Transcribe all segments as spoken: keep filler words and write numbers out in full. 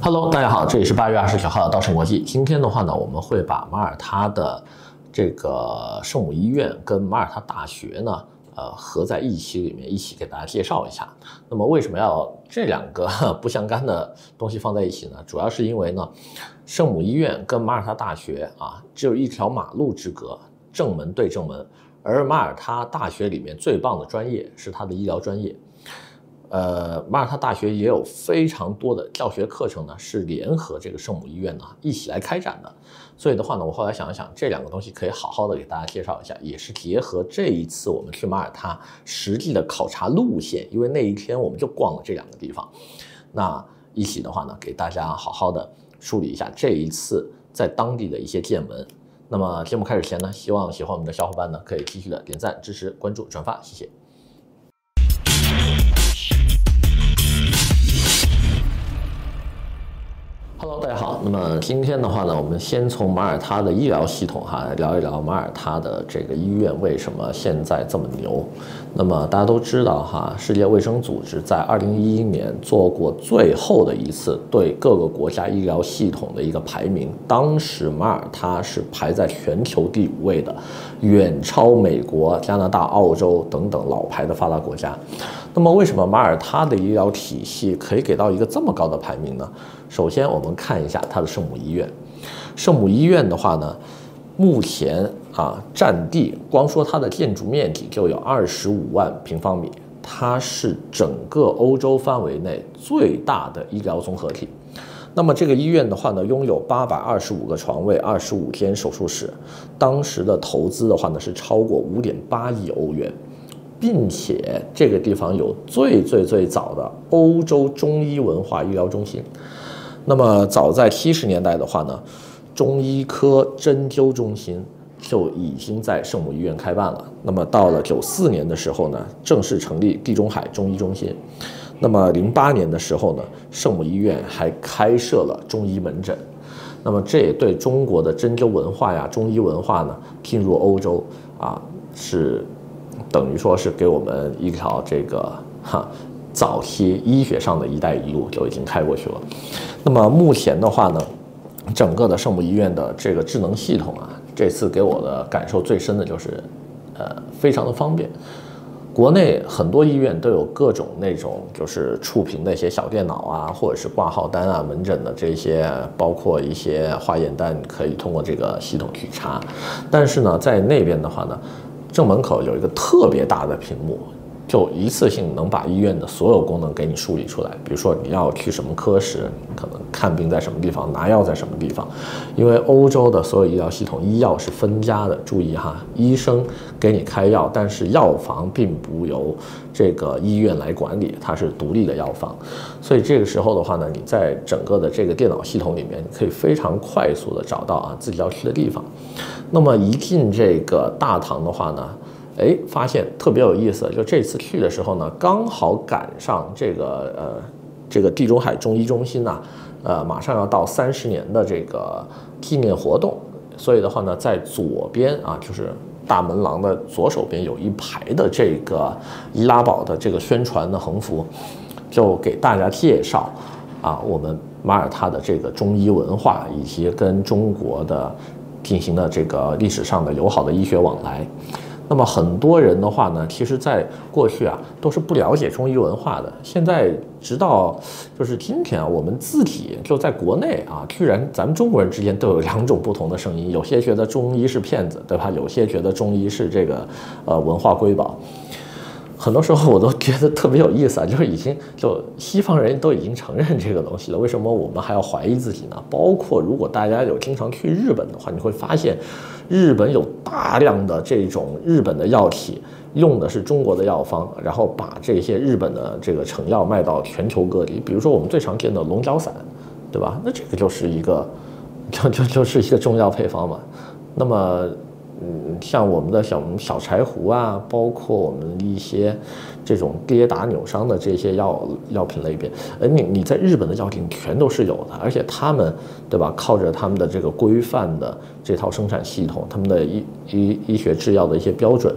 Hello， 大家好，这里是八月二十九号的稻盛国际。今天的话呢，我们会把马耳他的这个圣母医院跟马耳他大学呢，呃，合在一期里面一起给大家介绍一下。那么为什么要这两个不相干的东西放在一起呢？主要是因为呢，圣母医院跟马耳他大学啊，只有一条马路之隔，正门对正门。而马耳他大学里面最棒的专业是它的医疗专业。呃，马耳他大学也有非常多的教学课程呢，是联合这个圣母医院呢一起来开展的。所以的话呢，我后来想一想，这两个东西可以好好的给大家介绍一下，也是结合这一次我们去马耳他实际的考察路线，因为那一天我们就逛了这两个地方。那一起的话呢，给大家好好的梳理一下这一次在当地的一些见闻。那么节目开始前呢，希望喜欢我们的小伙伴呢，可以继续的点赞、支持、关注、转发，谢谢。Hello， 大家好。那么今天的话呢，我们先从马耳他的医疗系统哈聊一聊马耳他的这个医院为什么现在这么牛。那么大家都知道哈，世界卫生组织在二零一一年做过最后的一次对各个国家医疗系统的一个排名，当时马耳他是排在全球第五位的，远超美国、加拿大、澳洲等等老牌的发达国家。那么为什么马耳他的医疗体系可以给到一个这么高的排名呢？首先我们看一下它的圣母医院。圣母医院的话呢，目前啊占地光说它的建筑面积就有二十五万平方米，它是整个欧洲范围内最大的医疗综合体。那么这个医院的话呢，拥有八百二十五个床位，二十五间手术室，当时的投资的话呢是超过五点八亿欧元。并且这个地方有最最最早的欧洲中医文化医疗中心。那么早在七十年代的话呢，中医科针灸中心就已经在圣母医院开办了。那么到了九四年的时候呢，正式成立地中海中医中心。那么零八年的时候呢，圣母医院还开设了中医门诊。那么这也对中国的针灸文化呀、中医文化呢进入欧洲啊是。等于说是给我们一条这个哈早期医学上的一带一路就已经开过去了。那么目前的话呢，整个的圣母医院的这个智能系统啊，这次给我的感受最深的就是，呃，非常的方便。国内很多医院都有各种那种就是触屏的一些小电脑啊，或者是挂号单啊、门诊的这些，包括一些化验单，可以通过这个系统去查。但是呢，在那边的话呢，正门口有一个特别大的屏幕，就一次性能把医院的所有功能给你梳理出来。比如说你要去什么科室，可能看病在什么地方，拿药在什么地方。因为欧洲的所有医疗系统，医药是分家的，注意哈，医生给你开药，但是药房并不由这个医院来管理，它是独立的药房。所以这个时候的话呢，你在整个的这个电脑系统里面，你可以非常快速的找到啊自己要去的地方。那么一进这个大堂的话呢，哎，发现特别有意思，就这次去的时候呢，刚好赶上这个呃这个地中海中医中心呢，呃马上要到三十年的这个纪念活动，所以的话呢，在左边啊，就是大门廊的左手边有一排的这个伊拉堡的这个宣传的横幅，就给大家介绍啊我们马耳他的这个中医文化以及跟中国的进行的这个历史上的友好的医学往来。那么很多人的话呢，其实在过去啊都是不了解中医文化的。现在直到就是今天啊，我们自己就在国内啊，居然咱们中国人之间都有两种不同的声音，有些觉得中医是骗子，对吧？有些觉得中医是这个呃文化瑰宝。很多时候我都觉得特别有意思啊，就是已经就西方人都已经承认这个东西了，为什么我们还要怀疑自己呢？包括如果大家有经常去日本的话，你会发现日本有大量的这种日本的药体用的是中国的药方，然后把这些日本的这个成药卖到全球各地。比如说我们最常见的龙角散，对吧？那这个就是一个就就就是一个中药配方嘛。那么嗯，像我们的小小柴胡啊，包括我们一些这种跌打扭伤的这些药药品类别，呃，你你在日本的药品全都是有的，而且他们对吧，靠着他们的这个规范的这套生产系统，他们的医医医学制药的一些标准，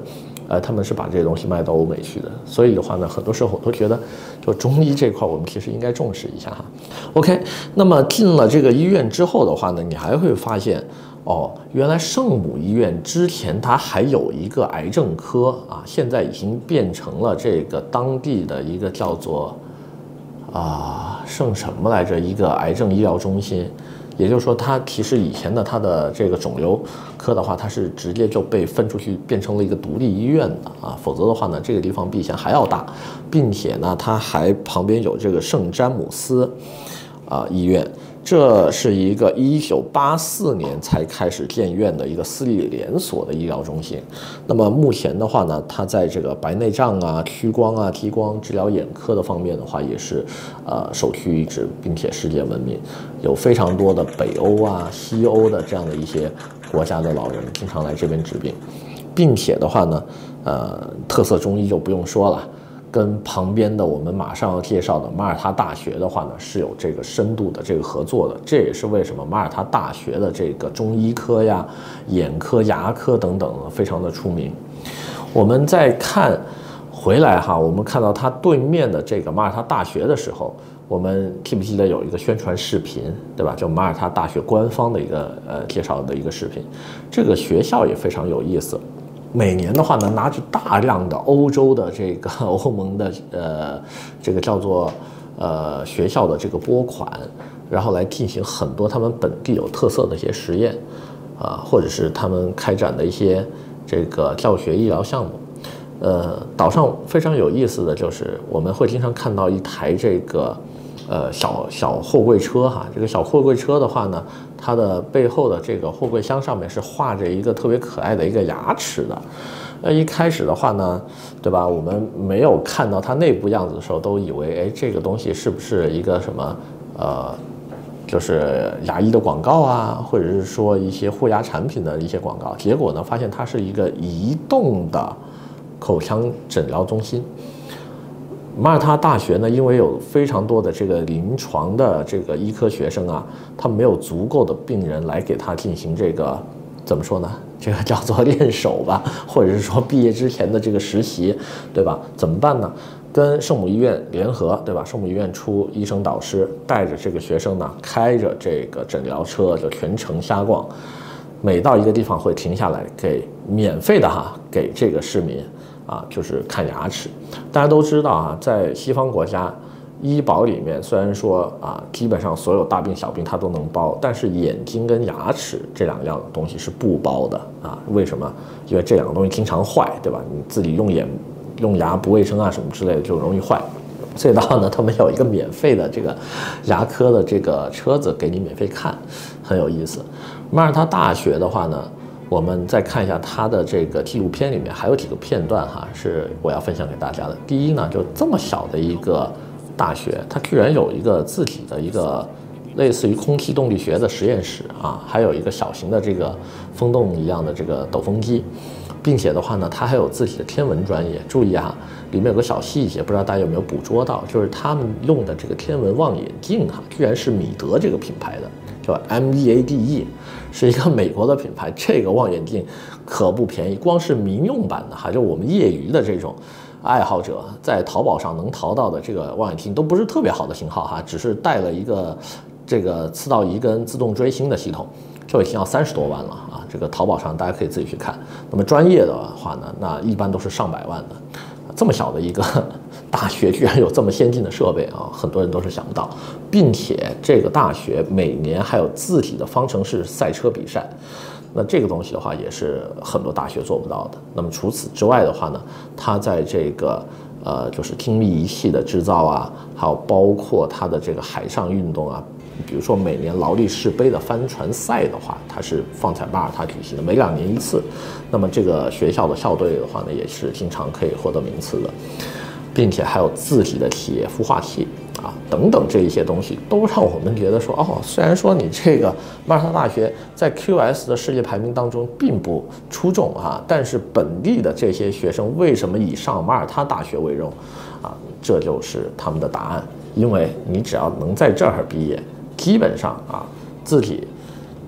呃，他们是把这些东西卖到欧美去的。所以的话呢，很多时候我都觉得，就中医这块我们其实应该重视一下哈。OK， 那么进了这个医院之后的话呢，你还会发现，哦，原来圣母医院之前它还有一个癌症科啊，现在已经变成了这个当地的一个叫做啊圣什么来着，一个癌症医疗中心。也就是说，它其实以前的它的这个肿瘤科的话，它是直接就被分出去变成了一个独立医院的啊，否则的话呢，这个地方比以前还要大，并且呢，它还旁边有这个圣詹姆斯啊医院。这是一个一九八四年才开始建院的一个私立连锁的医疗中心。那么目前的话呢，它在这个白内障啊、屈光啊、激光治疗眼科的方面的话，也是呃首屈一指，并且世界闻名。有非常多的北欧啊、西欧的这样的一些国家的老人经常来这边治病，并且的话呢，呃，特色中医就不用说了。跟旁边的我们马上要介绍的马耳他大学的话呢，是有这个深度的这个合作的。这也是为什么马耳他大学的这个中医科呀、眼科、牙科等等非常的出名。我们再看回来哈，我们看到它对面的这个马耳他大学的时候，我们记不记得有一个宣传视频，对吧？就马耳他大学官方的一个呃介绍的一个视频。这个学校也非常有意思。每年的话呢，拿着大量的欧洲的这个欧盟的呃这个叫做呃学校的这个拨款，然后来进行很多他们本地有特色的一些实验，啊，或者是他们开展的一些这个教学医疗项目。呃，岛上非常有意思的就是，我们会经常看到一台这个呃小小货柜车哈，这个小货柜车的话呢，它的背后的这个货柜箱上面是画着一个特别可爱的一个牙齿的。呃，一开始的话呢，对吧？我们没有看到它内部样子的时候，都以为，哎，这个东西是不是一个什么，呃，就是牙医的广告啊，或者是说一些护牙产品的一些广告。结果呢，发现它是一个移动的口腔诊疗中心。马耳他大学呢，因为有非常多的这个临床的这个医科学生啊，他没有足够的病人来给他进行这个怎么说呢？这个叫做练手吧，或者是说毕业之前的这个实习，对吧？怎么办呢？跟圣母医院联合，对吧？圣母医院出医生导师，带着这个学生呢，开着这个诊疗车就全程瞎逛，每到一个地方会停下来给免费的哈，给这个市民。啊，就是看牙齿。大家都知道啊，在西方国家，医保里面虽然说啊，基本上所有大病小病它都能包，但是眼睛跟牙齿这两样东西是不包的啊。为什么？因为这两个东西经常坏，对吧？你自己用眼、用牙不卫生啊什么之类的，就容易坏。所以的话呢，他们有一个免费的这个牙科的这个车子给你免费看，很有意思。马耳他大学的话呢，我们再看一下它的这个纪录片里面还有几个片段哈，是我要分享给大家的。第一呢，就这么小的一个大学，它居然有一个自己的一个类似于空气动力学的实验室啊，还有一个小型的这个风洞一样的这个抖风机，并且的话呢，它还有自己的天文专业。注意啊，里面有个小细节，不知道大家有没有捕捉到，就是他们用的这个天文望远镜哈，居然是米德这个品牌的。叫 M E A D E， 是一个美国的品牌。这个望远镜可不便宜，光是民用版的哈，就我们业余的这种爱好者在淘宝上能淘到的这个望远镜都不是特别好的型号哈，只是带了一个这个刺道仪跟自动追星的系统，就已经要三十多万了啊！这个淘宝上大家可以自己去看。那么专业的话呢，那一般都是上百万的。这么小的一个大学居然有这么先进的设备啊，很多人都是想不到，并且这个大学每年还有自己的方程式赛车比赛，那这个东西的话也是很多大学做不到的。那么除此之外的话呢，它在这个呃就是精密仪器的制造啊，还有包括它的这个海上运动啊，比如说每年劳力士杯的帆船赛的话，它是放在马耳他举行的，每两年一次。那么这个学校的校队的话呢，也是经常可以获得名次的，并且还有自己的企业孵化器啊等等这一些东西，都让我们觉得说，哦，虽然说你这个马耳他大学在 Q S 的世界排名当中并不出众啊，但是本地的这些学生为什么以上马耳他大学为荣啊？这就是他们的答案，因为你只要能在这儿毕业，基本上啊自己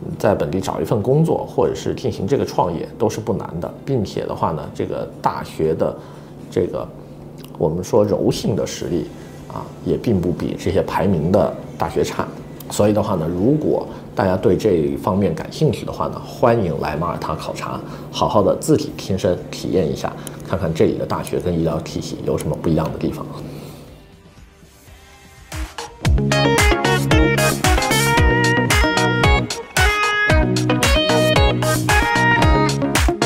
在本地找一份工作，或者是进行这个创业都是不难的，并且的话呢，这个大学的这个我们说柔性的实力啊，也并不比这些排名的大学差。所以的话呢，如果大家对这一方面感兴趣的话呢，欢迎来马耳他考察，好好的自己亲身体验一下，看看这里的大学跟医疗体系有什么不一样的地方。